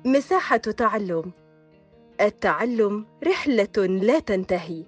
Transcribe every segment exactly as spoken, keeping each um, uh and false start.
مساحة تعلم. التعلم رحلة لا تنتهي.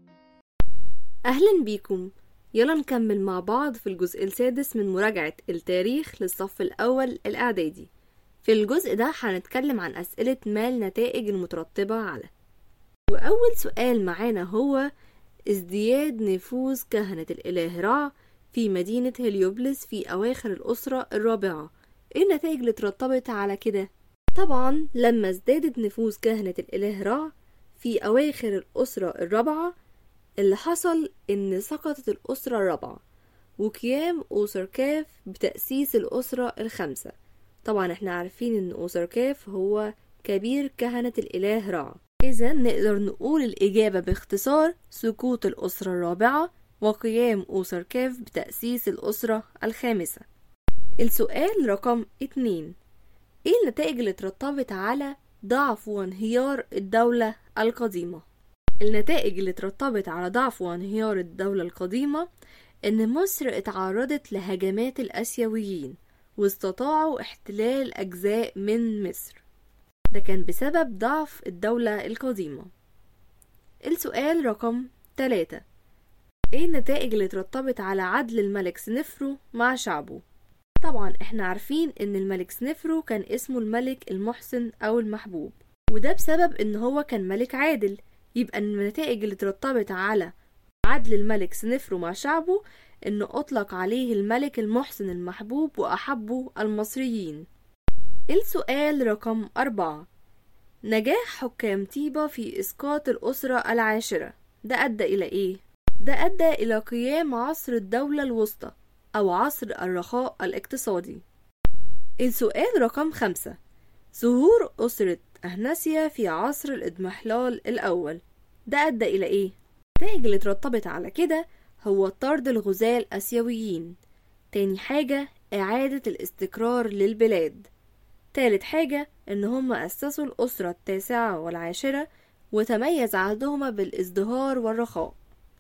أهلا بيكم، يلا نكمل مع بعض في الجزء السادس من مراجعة التاريخ للصف الأول الإعدادي. في الجزء ده هنتكلم عن أسئلة ما النتائج المترتبة على. وأول سؤال معانا هو ازدياد نفوذ كهنة الإله را في مدينة هليوبلس في أواخر الأسرة الرابعة. إيه النتائج اللي ترتبط على كده؟ طبعا لما ازدادت نفوذ كهنة الإله را في أواخر الأسرة الرابعة، اللي حصل إن سقطت الأسرة الرابعة وقيام أوسركاف بتأسيس الأسرة الخامسة. طبعا احنا عارفين إن أوسركاف هو كبير كهنة الإله را. إذا نقدر نقول الإجابة باختصار سقوط الأسرة الرابعة وقيام أوسركاف بتأسيس الأسرة الخامسة. السؤال رقم اتنين، ايه النتائج اللي ترتبط على ضعف وانهيار الدولة القديمة؟ النتائج اللي ترتبط على ضعف وانهيار الدولة القديمة ان مصر اتعرضت لهجمات الآسيويين واستطاعوا احتلال أجزاء من مصر. ده كان بسبب ضعف الدولة القديمة. السؤال رقم ثلاثة، ايه النتائج اللي ترتبط على عدل الملك سنفرو مع شعبه؟ طبعا احنا عارفين ان الملك سنفرو كان اسمه الملك المحسن او المحبوب، وده بسبب ان هو كان ملك عادل. يبقى النتائج اللي ترتبط على عدل الملك سنفرو مع شعبه انه اطلق عليه الملك المحسن المحبوب واحبه المصريين. السؤال رقم أربعة، نجاح حكام طيبة في اسقاط الاسرة العاشرة ده ادى الى ايه؟ ده ادى الى قيام عصر الدولة الوسطى أو عصر الرخاء الاقتصادي. السؤال رقم خمسة، ظهور أسرة أهناسيا في عصر الإضمحلال الأول ده أدى إلى إيه؟ النتائج اللي ترتبط على كده هو طرد الغزاة الآسيويين. تاني حاجة إعادة الاستقرار للبلاد. تالت حاجة إن هم أسسوا الأسرة التاسعة والعاشرة وتميز عهدهما بالازدهار والرخاء.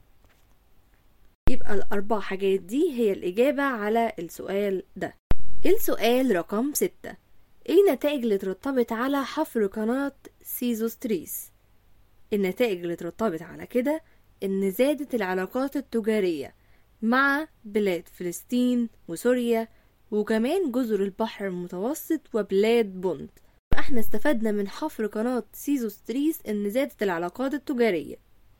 يبقى الأربع حاجات دي هي الإجابة على السؤال ده. السؤال رقم ستة، ايه النتائج اللي ترتبط على حفر قناة سيزوستريس؟ النتائج اللي ترتبط على كده ان زادت العلاقات التجارية مع بلاد فلسطين وسوريا وكمان جزر البحر المتوسط وبلاد بونت. احنا استفدنا من حفر قناة سيزوستريس ان زادت العلاقات التجارية.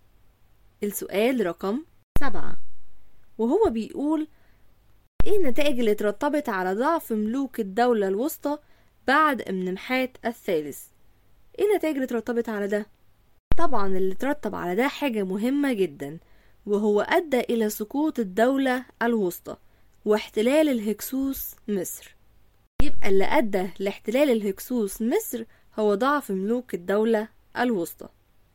السؤال رقم سبعة، وهو بيقول ايه النتائج اللي ترتبط على ضعف ملوك الدولة الوسطى بعد امنمحات الثالث؟ ايه النتائج اللي ترتبط على ده؟ طبعا اللي ترتب على ده حاجة مهمة جدا، وهو ادى الى سقوط الدولة الوسطى واحتلال الهكسوس مصر. يبقى اللي ادى لاحتلال الهكسوس مصر هو ضعف ملوك الدولة الوسطى.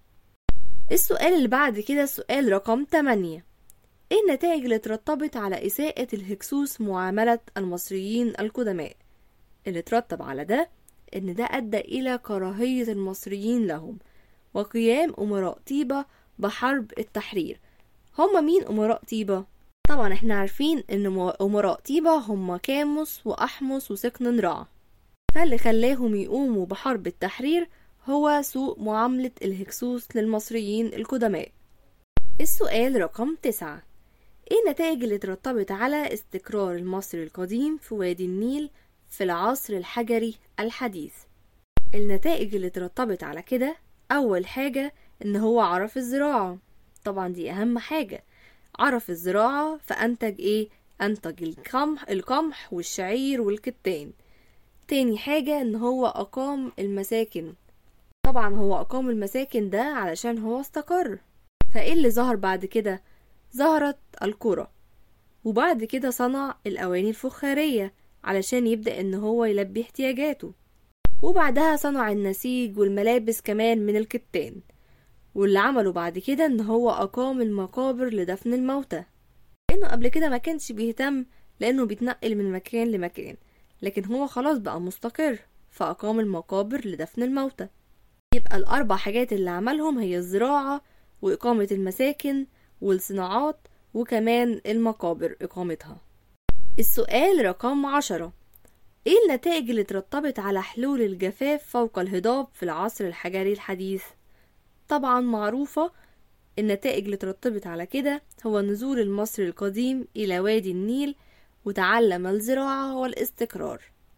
السؤال اللي بعد كده السؤال رقم ثمانية، ايه النتائج اللي ترتبط على إساءة الهكسوس معاملة المصريين القدماء؟ اللي ترتب على ده ان ده ادى الى كراهية المصريين لهم وقيام امراء طيبة بحرب التحرير. هم مين امراء طيبة؟ طبعا احنا عارفين ان امراء طيبة هم كاموس واحمس وسكن رع. فاللي خلاهم يقوموا بحرب التحرير هو سوء معاملة الهكسوس للمصريين القدماء. السؤال رقم تسعة، ايه النتائج اللي ترتبط على استقرار المصري القديم في وادي النيل في العصر الحجري الحديث؟ النتائج اللي ترتبط على كده اول حاجة ان هو عرف الزراعة. طبعا دي اهم حاجة، عرف الزراعة فانتج ايه؟ انتج القمح القمح والشعير والكتان. تاني حاجة ان هو اقام المساكن. طبعا هو اقام المساكن ده علشان هو استقر. فايه اللي ظهر بعد كده؟ ظهرت القرى، وبعد كده صنع الأواني الفخارية علشان يبدأ ان هو يلبي احتياجاته، وبعدها صنع النسيج والملابس كمان من الكتان. واللي عمله بعد كده ان هو أقام المقابر لدفن الموتى، لأنه قبل كده ما كانش بيهتم لأنه بيتنقل من مكان لمكان، لكن هو خلاص بقى مستقر فأقام المقابر لدفن الموتى. يبقى الأربع حاجات اللي عملهم هي الزراعة وإقامة المساكن والصناعات وكمان المقابر إقامتها. السؤال رقم عشرة، ايه النتائج اللي ترتبط على حلول الجفاف فوق الهضاب في العصر الحجري الحديث؟ طبعا معروفة النتائج اللي ترتبط على كده هو نزول المصري القديم إلى وادي النيل وتعلم الزراعة والاستقرار.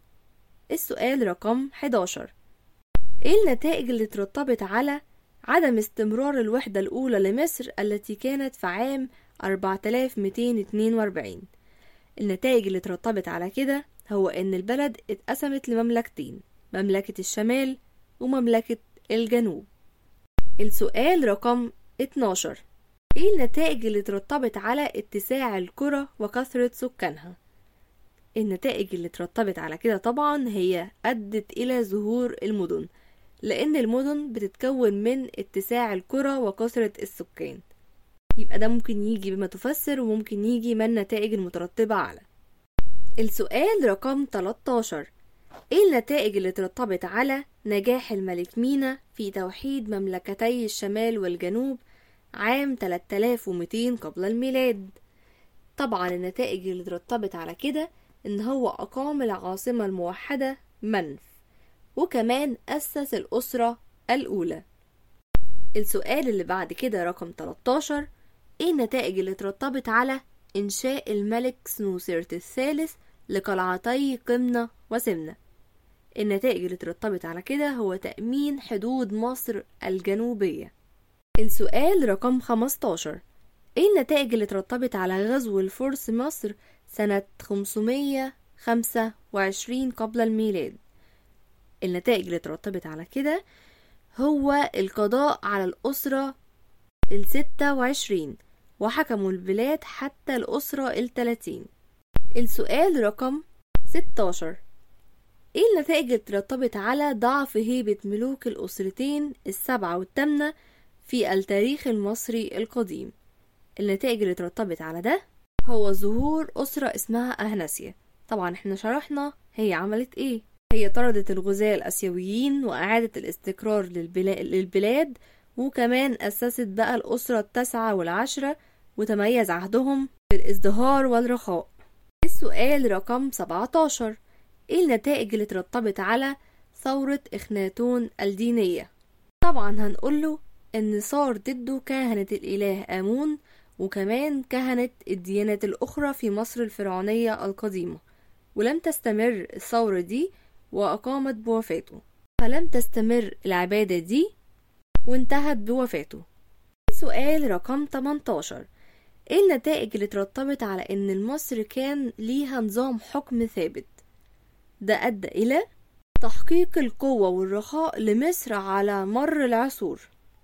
السؤال رقم حداشر، ايه النتائج اللي ترتبط على عدم استمرار الوحدة الأولى لمصر التي كانت في عام أربعة آلاف ومئتين واثنين وأربعين؟ النتائج اللي ترتبط على كده هو ان البلد اتقسمت لمملكتين، مملكة الشمال ومملكة الجنوب. السؤال رقم اتناشر، ايه النتائج اللي ترتبط على اتساع القرى وكثرة سكانها؟ النتائج اللي ترتبط على كده طبعا هي أدت إلى ظهور المدن، لأن المدن بتتكون من اتساع القرى وكثرة السكان. يبقى ده ممكن يجي بما تفسر وممكن يجي من النتائج المترتبة على. السؤال رقم تلتاشر، ايه النتائج اللي ترتبط على نجاح الملك مينا في توحيد مملكتي الشمال والجنوب عام ثلاثة آلاف ومئتين قبل الميلاد؟ طبعا النتائج اللي ترتبط على كده ان هو اقام العاصمة الموحدة منف، وكمان اسس الاسرة الاولى. السؤال اللي بعد كده رقم تلتاشر، ايه النتائج اللي ترتبط على انشاء الملك سنوسرت الثالث لقلعتي قمنة وسمنة؟ النتائج اللي ترتبط على كده هو تأمين حدود مصر الجنوبية. السؤال رقم خمستاشر، ايه النتائج اللي ترتبط على غزو الفرس مصر سنة خمسمية وخمسة وعشرين قبل الميلاد؟ النتائج اللي ترتبط على كده هو القضاء على الأسرة الستة وعشرين وحكموا البلاد حتى الأسرة الثلاثين. السؤال رقم ستاشر، ايه النتائج اللي ترتبط على ضعف هيبة ملوك الأسرتين السبعة والثامنة في التاريخ المصري القديم؟ النتائج اللي ترتبط على ده هو ظهور أسرة اسمها أهنسيا. طبعا احنا شرحنا هي عملت ايه. هي طردت الغزاة الأسيويين وأعادت الاستقرار للبلا- للبلاد، وكمان أسست بقى الأسرة التاسعة والعشرة وتميز عهدهم بالازدهار والرخاء. السؤال رقم سبعتاشر، ايه النتائج اللي ترتبط على ثورة إخناتون الدينية؟ طبعا هنقوله ان صار ضده كهنة الإله آمون وكمان كهنة الديانات الأخرى في مصر الفرعونية القديمة، ولم تستمر الثورة دي وأقامت بوفاته، فلم تستمر العبادة دي وانتهت بوفاته. سؤال رقم تمنتاشر، ايه النتائج اللي ترتبط على ان مصر كان ليها نظام حكم ثابت؟ ده أدى إلى تحقيق القوة والرخاء لمصر على مر العصور.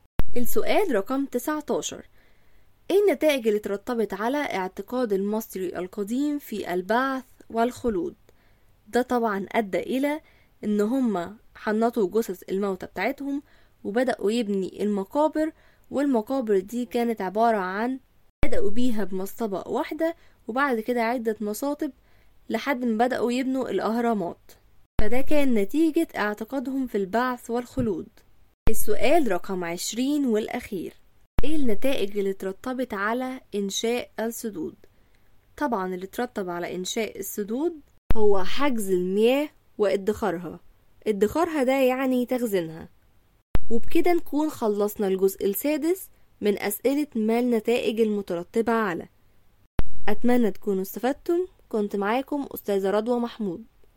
السؤال رقم تسعتاشر، ايه النتائج اللي ترتبط على اعتقاد المصري القديم في البعث والخلود؟ ده طبعا أدى إلى ان هم حنطوا جثث الموتى بتاعتهم وبدأوا يبني المقابر، والمقابر دي كانت عبارة عن بدأوا بيها بمصطبة واحدة وبعد كده عدة مصاطب لحد ما بدأوا يبنوا الأهرامات، فده كان نتيجة اعتقادهم في البعث والخلود. السؤال رقم عشرين والأخير، ايه النتائج اللي ترتبط على إنشاء السدود؟ طبعا اللي ترتب على إنشاء السدود هو حجز المياه وادخارها. ادخارها ده يعني تخزينها. وبكده نكون خلصنا الجزء السادس من أسئلة ما النتائج المترتبة على. أتمنى تكونوا استفدتم. كنت معاكم أستاذة رضوى محمود.